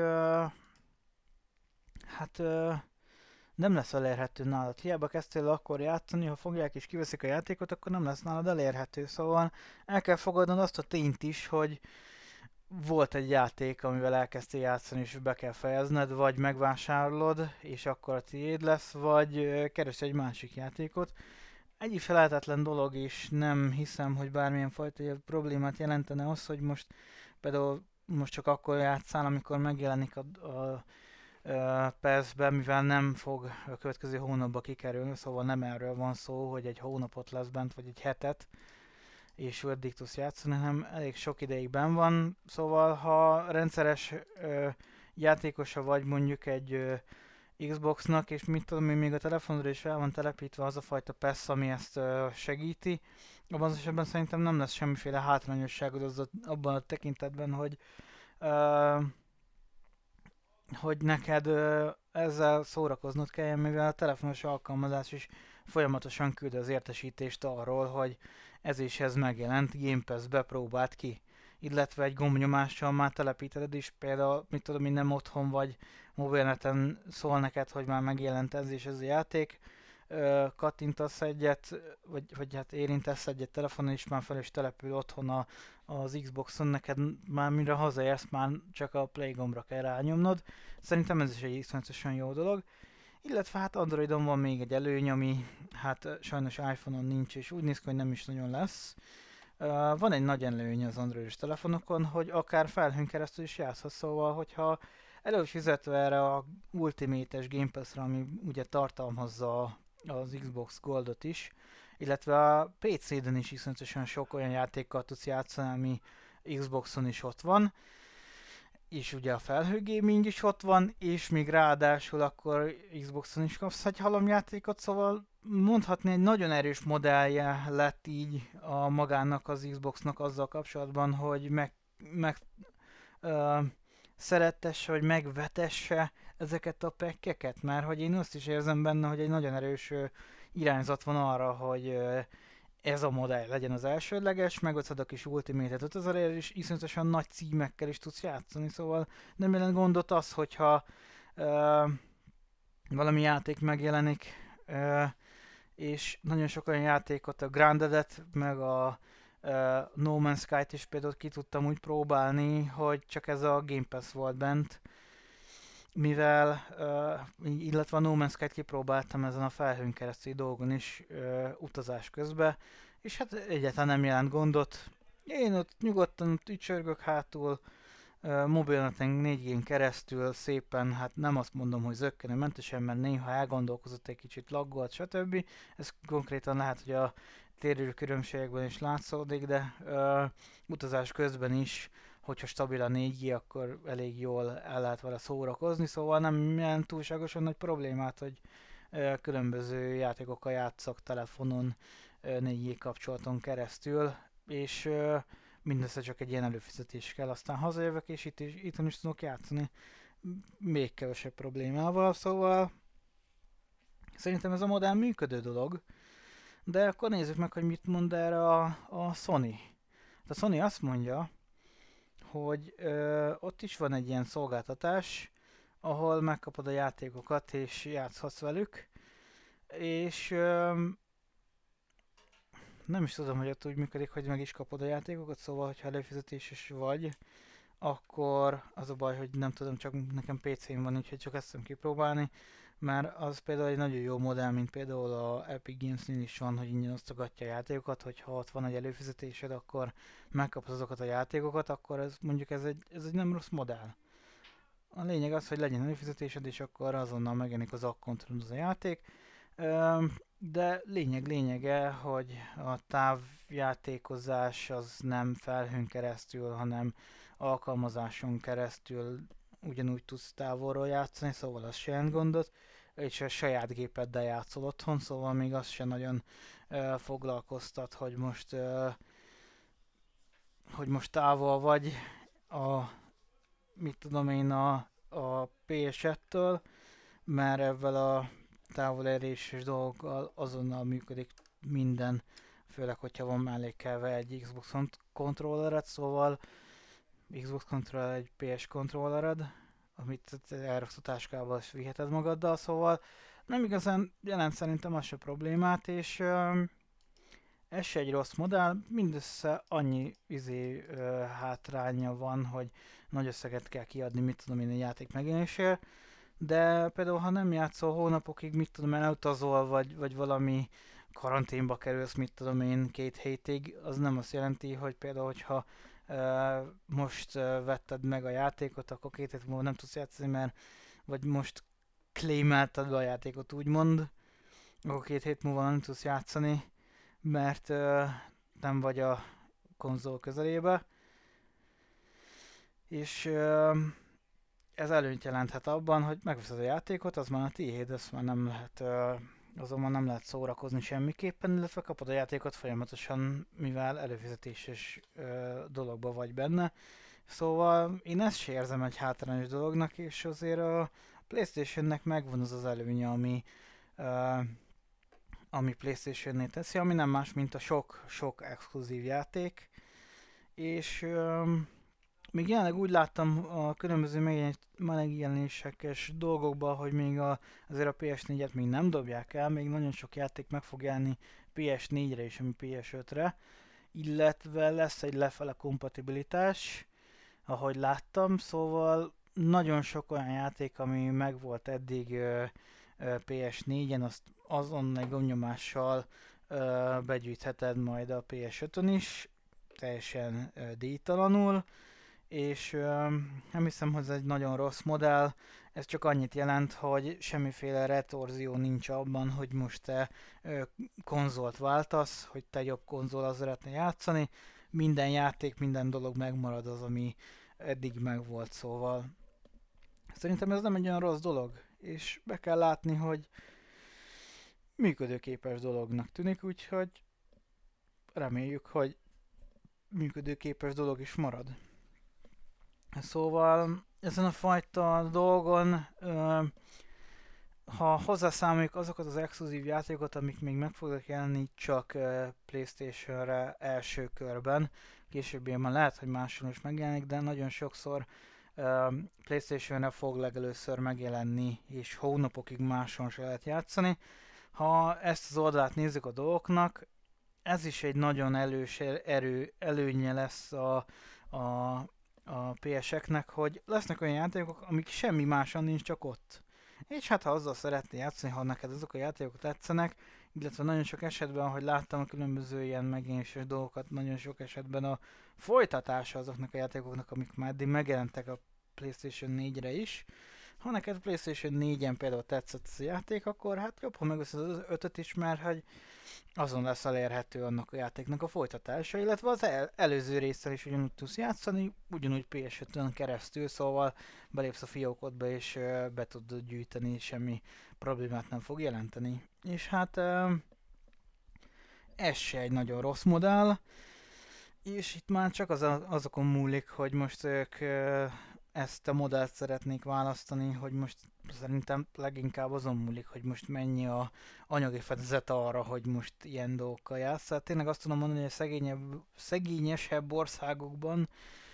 hát nem lesz elérhető nálad. Hiába kezdtél akkor játszani, ha fogják és kiveszik a játékot, akkor nem lesz nálad elérhető. Szóval el kell fogadnod azt a tényt is, hogy volt egy játék, amivel elkezdtél játszani, és be kell fejezned, vagy megvásárolod, és akkor a tiéd lesz, vagy keresd egy másik játékot. Egyik se lehetetlen dolog, és nem hiszem, hogy bármilyen fajta problémát jelentene az, hogy most például most csak akkor játszál, amikor megjelenik a PES-ben, mivel nem fog a következő hónapban kikerülni, szóval nem erről van szó, hogy egy hónapot lesz bent, vagy egy hetet, és addig tudsz játszani, hanem elég sok ideig benn van, szóval ha rendszeres játékosa vagy mondjuk egy Xboxnak, és mit tudom én, még a telefonra is fel van telepítve az a fajta PES, ami ezt segíti, abban az esetben szerintem nem lesz semmiféle hátrányosságod abban a tekintetben, ö, hogy neked ezzel szórakoznod kell, mivel a telefonos alkalmazás is folyamatosan küld az értesítést arról, hogy ez és ez megjelent, Game Pass bepróbált ki. Illetve egy gombnyomással már telepíted is, például, mit tudom, nem otthon vagy mobilneten szól neked, hogy már megjelent ez és ez a játék, kattintasz egyet, vagy hát érintesz egyet telefonon, és már fel is települ otthon az Xboxon, neked már mire hazaérsz, már csak a play gombra kell rányomnod. Szerintem ez is egy iszonyatosan jó dolog. Illetve hát Androidon van még egy előny, ami hát sajnos iPhone-on nincs, és úgy néz ki, hogy nem is nagyon lesz. Van egy nagy előny az androidos telefonokon, hogy akár felhőn keresztül is játszhatsz, szóval hogyha előfizetve erre a Ultimate-es Game Pass-ra, ami ugye tartalmazza az Xbox Goldot is, illetve a PC-den is iszonyatosan sok olyan játékkal tudsz játszani, ami Xboxon is ott van, és ugye a felhőgaming is ott van, és még ráadásul akkor Xboxon is kapsz egy halomjátékot, szóval mondhatni egy nagyon erős modellje lett így a magának az Xboxnak azzal kapcsolatban, hogy meg ö, szerettesse, vagy megvetesse ezeket a pekkeket, mert hogy én azt is érzem benne, hogy egy nagyon erős irányzat van arra, hogy ez a modell legyen az elsődleges, megosztod a kis Ultimate-et 5000 és iszonyatosan nagy címekkel is tudsz játszani, szóval nem jelent gondot az, hogyha ö, valami játék megjelenik, és nagyon sok olyan játékot, a Grounded-et, meg a No Man's Sky-t is például ki tudtam úgy próbálni, hogy csak ez a Game Pass volt bent, mivel, illetve a No Man's Sky-t kipróbáltam ezen a felhőn keresztüli dolgon is utazás közben, és hát egyáltalán nem jelent gondot. Én ott nyugodtan ücsörgök hátul, mobilneten 4G-n keresztül szépen, hát nem azt mondom, hogy zökkenőmentesen, mert néha elgondolkozott egy kicsit, laggolt, stb. Ez konkrétan lehet, hogy a térő különbségekben is látszódik, de utazás közben is, hogyha stabil a 4G, akkor elég jól el lehet vele szórakozni, szóval nem jelent túlságosan nagy problémát, hogy különböző játékokkal játszak telefonon 4G kapcsolaton keresztül, és mindössze csak egy ilyen előfizetés kell, aztán hazajövök, és itthon is tudok játszani még kevesebb problémával, szóval szerintem ez a modell működő dolog, de akkor nézzük meg, hogy mit mond erre a Sony. A Sony azt mondja, hogy ott is van egy ilyen szolgáltatás, ahol megkapod a játékokat és játszhatsz velük, és nem is tudom, hogy ott úgy működik, hogy meg is kapod a játékokat, szóval, hogyha előfizetéses vagy, akkor az a baj, hogy nem tudom, csak nekem PC-n van, úgyhogy csak ezt tudom kipróbálni, mert az például egy nagyon jó modell, mint például a Epic Games-nél is van, hogy ingyen osztogatja a játékokat, hogyha ott van egy előfizetésed, akkor megkapod azokat a játékokat, akkor ez mondjuk ez egy nem rossz modell. A lényeg az, hogy legyen előfizetésed, és akkor azonnal megjelenik az akkontron az a játék. De lényege, hogy a távjátékozás az nem felhőn keresztül, hanem alkalmazáson keresztül ugyanúgy tudsz távolról játszani, szóval az se jelent gondot, és a saját gépeddel játszol otthon, szóval még az se nagyon foglalkoztat, hogy most távol vagy a, mit tudom én, a PS1-től, mert ezzel a távoléréses dolggal azonnal működik minden, főleg, hogyha van mellékelve egy Xbox controllered, szóval Xbox controller egy PS controllered, amit elraksz a táskába és viheted magaddal, szóval nem igazán jelent szerintem az se problémát, és ez se egy rossz modell, mindössze annyi hátránya van, hogy nagy összeget kell kiadni, mit tudom én, egy játék megjelenésért, de például ha nem játszol hónapokig, mit tudom én, elutazol, vagy valami karanténba kerülsz, mit tudom én, 2 hétig, az nem azt jelenti, hogy például, hogyha most vetted meg a játékot, akkor 2 hét múlva nem tudsz játszani, mert vagy most claimelted be a játékot, úgymond, akkor 2 hét múlva nem tudsz játszani, mert nem vagy a konzol közelébe, és ez előnyt jelenthet abban, hogy megveszed a játékot, az már a tiéd, azt már nem lehet, azonban nem lehet szórakozni semmiképpen, illetve kapod a játékot folyamatosan, mivel előfizetéses dologba vagy benne. Szóval én ezt se érzem egy hátrányos dolognak, és azért a PlayStation-nek megvan az az előnye, ami PlayStation-nél teszi, ami nem más, mint a sok exkluzív játék, és még jelenleg úgy láttam a különböző megjelenésekes dolgokban, hogy még azért a PS4-et még nem dobják el, még nagyon sok játék meg fog jelenni PS4-re és ami PS5-re, illetve lesz egy lefele kompatibilitás, ahogy láttam, szóval nagyon sok olyan játék, ami megvolt eddig PS4-en, azt azon egy gomnyomással begyűjtheted majd a PS5-ön is, teljesen díjtalanul, és nem hiszem, hogy ez egy nagyon rossz modell, ez csak annyit jelent, hogy semmiféle retorzió nincs abban, hogy most te konzolt váltasz, hogy te jobb konzolra szeretnél játszani, minden játék, minden dolog megmarad az, ami eddig megvolt, szóval szerintem ez nem egy olyan rossz dolog, és be kell látni, hogy működőképes dolognak tűnik, úgyhogy reméljük, hogy működőképes dolog is marad. Szóval ezen a fajta dolgon, ha hozzászámoljuk azokat az exkluzív játékokat, amik még meg fognak jelenni csak PlayStation-re első körben, későbbiekben lehet, hogy máshol is megjelenik, de nagyon sokszor PlayStation-re fog legelőször megjelenni, és hónapokig máson se lehet játszani. Ha ezt az oldalát nézzük a dolgoknak, ez is egy nagyon előnye lesz a PS-eknek, hogy lesznek olyan játékok, amik semmi máson nincs, csak ott. És hát ha azzal szeretnél játszani, ha neked azok a játékok tetszenek, illetve nagyon sok esetben, ahogy láttam a különböző ilyen megjelenéses dolgokat, nagyon sok esetben a folytatása azoknak a játékoknak, amik már eddig megjelentek a PlayStation 4-re is. Ha neked PlayStation 4-en például tetszett ez a játék, akkor hát jobb, ha megveszed az 5-öt is, mert hogy azon lesz elérhető annak a játéknak a folytatása, illetve az előző résszel is ugyanúgy tudsz játszani, ugyanúgy PS5-ön keresztül, szóval belépsz a fiókodba és be tudod gyűjteni, semmi problémát nem fog jelenteni. És hát ez se egy nagyon rossz modell, és itt már csak azokon múlik, hogy most ők ezt a modellt szeretnék választani, hogy most szerintem leginkább azon múlik, hogy most mennyi a anyagi fedezet arra, hogy most ilyen dolgokkal játsz. Hát tényleg azt tudom mondani, hogy a szegényesebb országokban,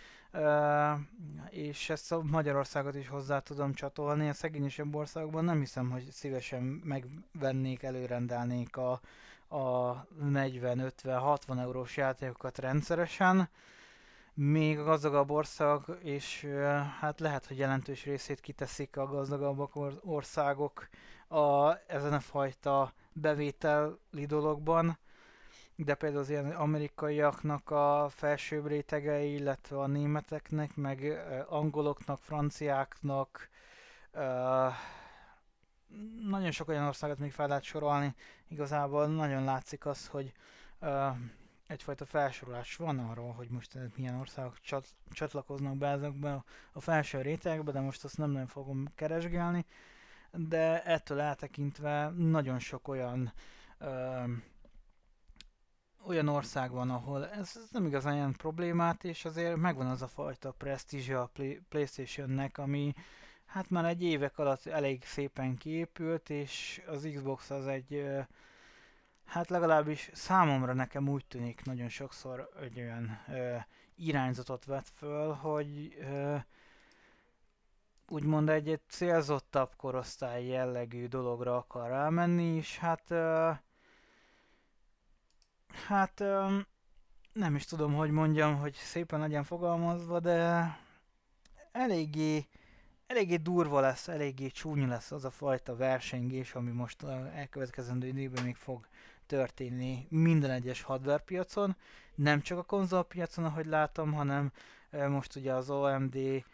és ezt a Magyarországot is hozzá tudom csatolni, a szegényesebb országokban nem hiszem, hogy szívesen megvennék, előrendelnék a 40-50-60 eurós játékokat rendszeresen, még a gazdagabb ország, és hát lehet, hogy jelentős részét kiteszik a gazdagabb országok ezen a fajta bevételi dologban, de például az ilyen amerikaiaknak a felsőbb rétegei, illetve a németeknek, meg angoloknak, franciáknak, nagyon sok olyan országot még fel lehet sorolni, igazából nagyon látszik az, hogy egyfajta felsorolás van arról, hogy most milyen országok csatlakoznak be ezekbe a felső rétegbe, de most azt nem fogom keresgélni. De ettől eltekintve nagyon sok ö, olyan ország van, ahol ez nem igazán jelent problémát, és azért megvan az a fajta presztízse a PlayStation-nek, ami hát már egy évek alatt elég szépen kiépült, és az Xbox az egy, hát legalábbis számomra nekem úgy tűnik nagyon sokszor egy olyan irányzatot vett föl, hogy úgymond egy célzottabb korosztály jellegű dologra akar rámenni, és nem is tudom, hogy mondjam, hogy szépen legyen fogalmazva, de eléggé, eléggé durva lesz, eléggé csúnya lesz az a fajta versengés, ami most elkövetkezendő időben még fog történni minden egyes hardware piacon, nem csak a konzolpiacon, ahogy látom, hanem most ugye az AMD,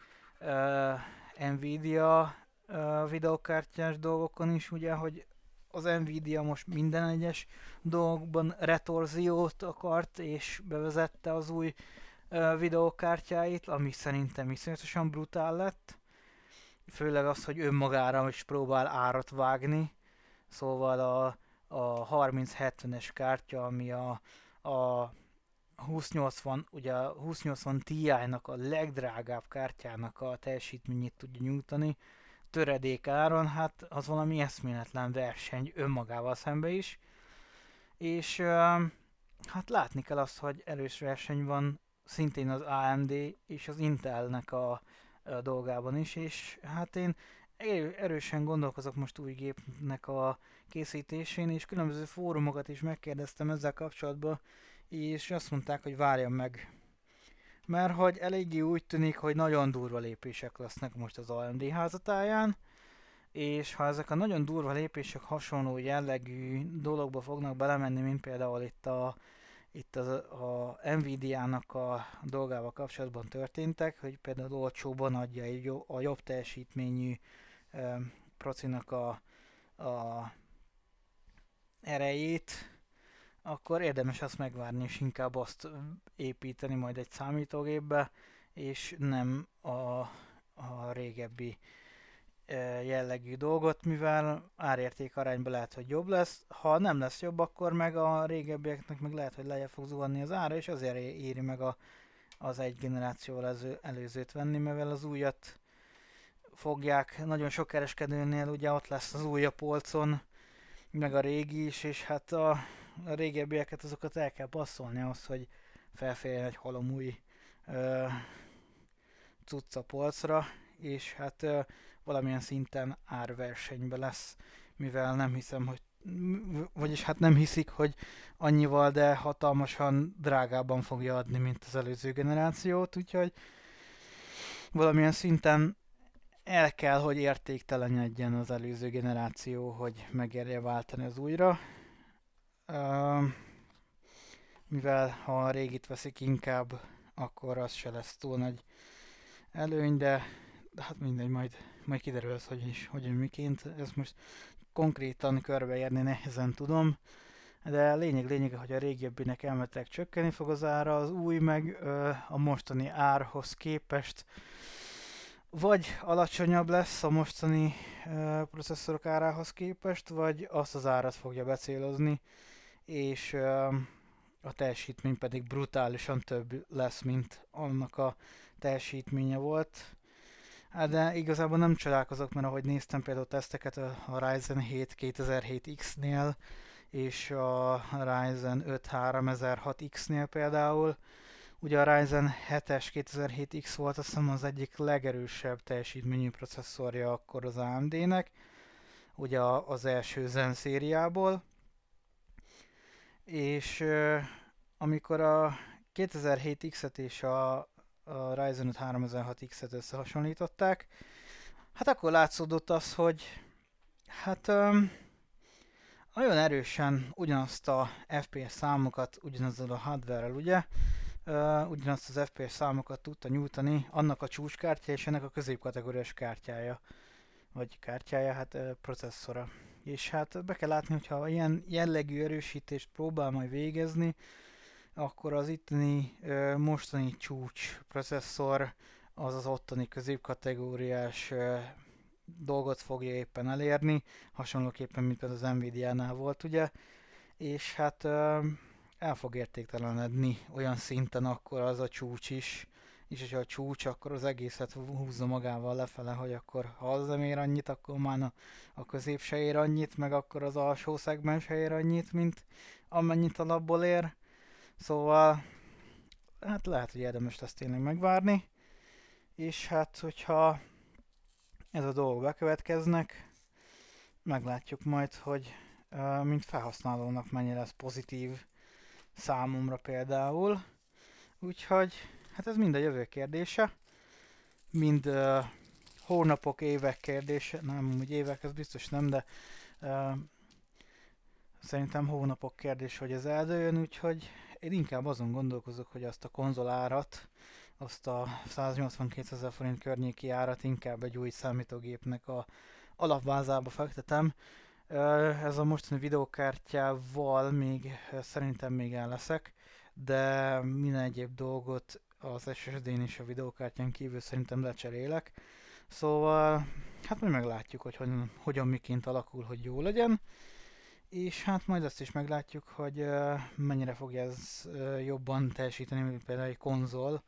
Nvidia videokártyás dolgokon is, ugye, hogy az Nvidia most minden egyes dolgokban retorziót akart, és bevezette az új videókártyáit, ami szerintem iszonyatosan brutál lett. Főleg az, hogy önmagára is próbál árat vágni. Szóval a 3070-es kártya, ami a 2080, ugye a 2080 Ti-nak a legdrágább kártyának a teljesítményét tudja nyújtani, töredék áron, hát az valami eszméletlen verseny önmagával szembe is. És hát látni kell azt, hogy erős verseny van szintén az AMD és az Intelnek a dolgában is, és hát én erősen gondolkozok most új gépnek a készítésén, és különböző fórumokat is megkérdeztem ezzel kapcsolatban, és azt mondták, hogy várjam meg. Mert hogy eléggé úgy tűnik, hogy nagyon durva lépések lesznek most az AMD házatáján, és ha ezek a nagyon durva lépések hasonló jellegű dologba fognak belemenni, mint például a Nvidia-nak a dolgával kapcsolatban történtek, hogy például olcsóban adja a jobb teljesítményű procinak a erejét, akkor érdemes azt megvárni, és inkább azt építeni majd egy számítógépbe, és nem a régebbi jellegű dolgot, mivel árérték arányban lehet, hogy jobb lesz. Ha nem lesz jobb, akkor meg a régebbieknek meg lehet, hogy lejjebb fog zuhanni az ára, és azért éri meg az egy generációval előzőt venni, mivel az újat fogják, nagyon sok kereskedőnél ugye ott lesz az új a polcon, meg a régi is, és hát a régebbieket azokat el kell passzolni ahhoz, hogy felférjen egy halom új cucca polcra, és hát valamilyen szinten árversenybe lesz, mivel nem hiszem, hogy vagyis hát nem hiszik, hogy annyival, de hatalmasan drágában fogja adni, mint az előző generációt, úgyhogy valamilyen szinten el kell, hogy értéktelenedjen az előző generáció, hogy megérje váltani az újra. Mivel ha a régit veszik inkább, akkor az se lesz túl nagy előny, de hát mindegy, majd kiderül az, hogy miként. Ezt most konkrétan körbeérni nehezen tudom, de lényeg, hogy a régebbinek elméletileg csökkenni fog az ára, az új meg a mostani árhoz képest vagy alacsonyabb lesz a mostani processzorok árához képest, vagy azt az árat fogja becélozni, és a teljesítmény pedig brutálisan több lesz, mint annak a teljesítménye volt. Hát de igazából nem csodálkozok, mert ahogy néztem például teszteket a Ryzen 7 2007X-nél, és a Ryzen 5 3006X-nél például, ugye a Ryzen 7-es 2007X volt azt hiszem az egyik legerősebb teljesítményű processzorja akkor az AMD-nek, ugye az első Zen szériából, és amikor a 2007X-et és a Ryzen 5 3006X-et összehasonlították, hát akkor látszódott az, hogy hát nagyon erősen ugyanazt a FPS számokat, ugyanazzal a hardware-rel ugye, ugyanazt az FPS számokat tudta nyújtani annak a csúcskártya és ennek a középkategóriás kártyája, vagy kártyája, hát processzora. És hát be kell látni, hogyha ilyen jellegű erősítést próbál majd végezni, akkor az itteni mostani csúcs processzor az az ottani középkategóriás dolgot fogja éppen elérni, hasonlóképpen, mint az Nvidia-nál volt, ugye, és hát el fog értéktelenedni olyan szinten akkor az a csúcs is, és hogyha a csúcs, akkor az egészet húzza magával lefele, hogy akkor ha az nem ér annyit, akkor már a közép se ér annyit, meg akkor az alsó szegmens se ér annyit, mint amennyit alapból ér. Szóval, hát lehet, hogy érdemes lesz tényleg megvárni, és hát, hogyha ez a dolgok bekövetkeznek, meglátjuk majd, hogy mint felhasználónak mennyire lesz pozitív számomra például. Úgyhogy, hát ez mind a jövő kérdése, mind hónapok, évek kérdése, nem, úgy évek, ez biztos nem, de szerintem hónapok kérdés, hogy ez eldőjön, úgyhogy én inkább azon gondolkozok, hogy azt a konzolárat, azt a 182 000 forint környéki árat inkább egy új számítógépnek a alapvázába fektetem. Ez a mostani videókártyával még szerintem még el leszek, de minden egyéb dolgot az SSD-n és a videókártyán kívül szerintem lecserélek. Szóval, hát majd meglátjuk, hogy hogyan miként alakul, hogy jó legyen. És hát majd azt is meglátjuk, hogy mennyire fogja ez jobban teljesíteni, mint például egy konzol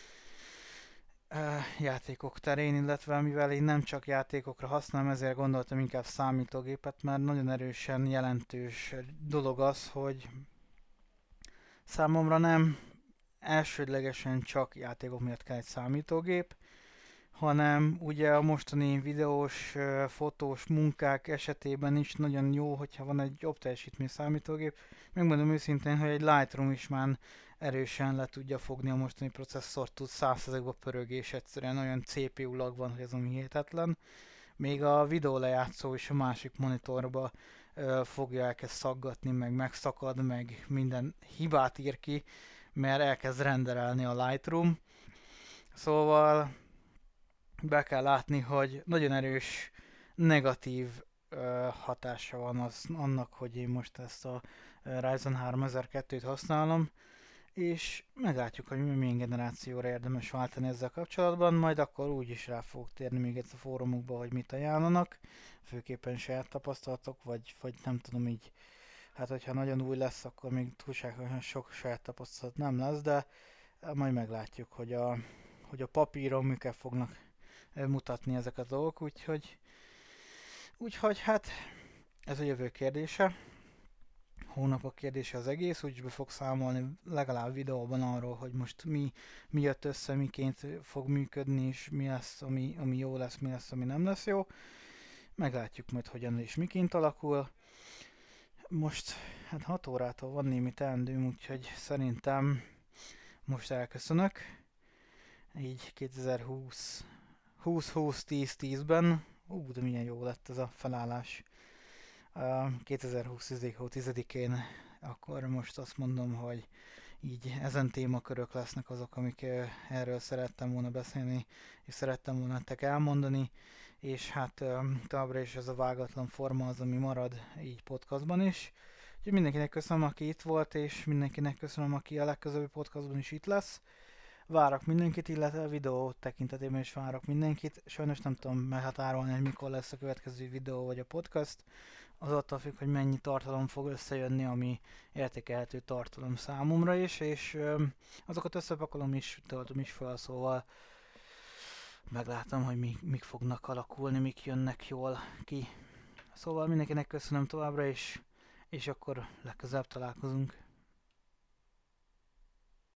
játékok terén, illetve mivel én nem csak játékokra használom, ezért gondoltam inkább számítógépet, mert nagyon erősen jelentős dolog az, hogy számomra nem elsődlegesen csak játékok miatt kell egy számítógép, hanem ugye a mostani videós, fotós munkák esetében is nagyon jó, hogyha van egy jobb teljesítmény számítógép. Megmondom őszintén, hogy egy Lightroom is már erősen le tudja fogni a mostani processzort, tud 100%-ba pörög, és egyszerűen olyan CPU lag van, hogy ez ami hihetetlen. Még a videó lejátszó is a másik monitorba fogja elkezd szaggatni, meg megszakad, meg minden hibát ír ki, mert elkezd renderelni a Lightroom. Szóval be kell látni, hogy nagyon erős negatív hatása van annak, hogy én most ezt a Ryzen 3002-t használom, és meglátjuk, hogy milyen generációra érdemes váltani ezzel kapcsolatban, majd akkor úgyis rá fogok térni még egyszer a fórumokba, hogy mit ajánlanak, főképpen saját tapasztalatok, vagy nem tudom így, hát hogyha nagyon új lesz, akkor még túlságosan sok saját tapasztalat nem lesz, de majd meglátjuk, hogy a papíron miket fognak mutatni ezek a dolgok, úgyhogy hát ez a jövő kérdése, hónapok kérdése az egész, úgyis be fog számolni legalább videóban arról, hogy most mi jött össze, miként fog működni, és mi lesz, ami jó lesz, mi lesz, ami nem lesz jó. Meglátjuk majd, hogyan és miként alakul. Most hát 6 órától van némi teendőm, úgyhogy szerintem most elköszönök. Így 2020 20-20-10-10-ben. De milyen jó lett ez a felállás. 2020 10-én akkor most azt mondom, hogy így ezen témakörök lesznek azok, amik erről szerettem volna beszélni, és szerettem volna nektek elmondani, és hát továbbra is ez a vágatlan forma az, ami marad így podcastban is. Úgyhogy mindenkinek köszönöm, aki itt volt, és mindenkinek köszönöm, aki a legközelebbi podcastban is itt lesz. Várok mindenkit, illetve a videó tekintetében is várok mindenkit. Sajnos nem tudom meghatárolni, hogy mikor lesz a következő videó vagy a podcast. Az attól függ, hogy mennyi tartalom fog összejönni, ami értékelhető tartalom számomra is, és azokat összepakolom is, töltöm is fel, szóval meglátom, hogy mik fognak alakulni, mik jönnek jól ki. Szóval mindenkinek köszönöm továbbra is, és akkor legközelebb találkozunk.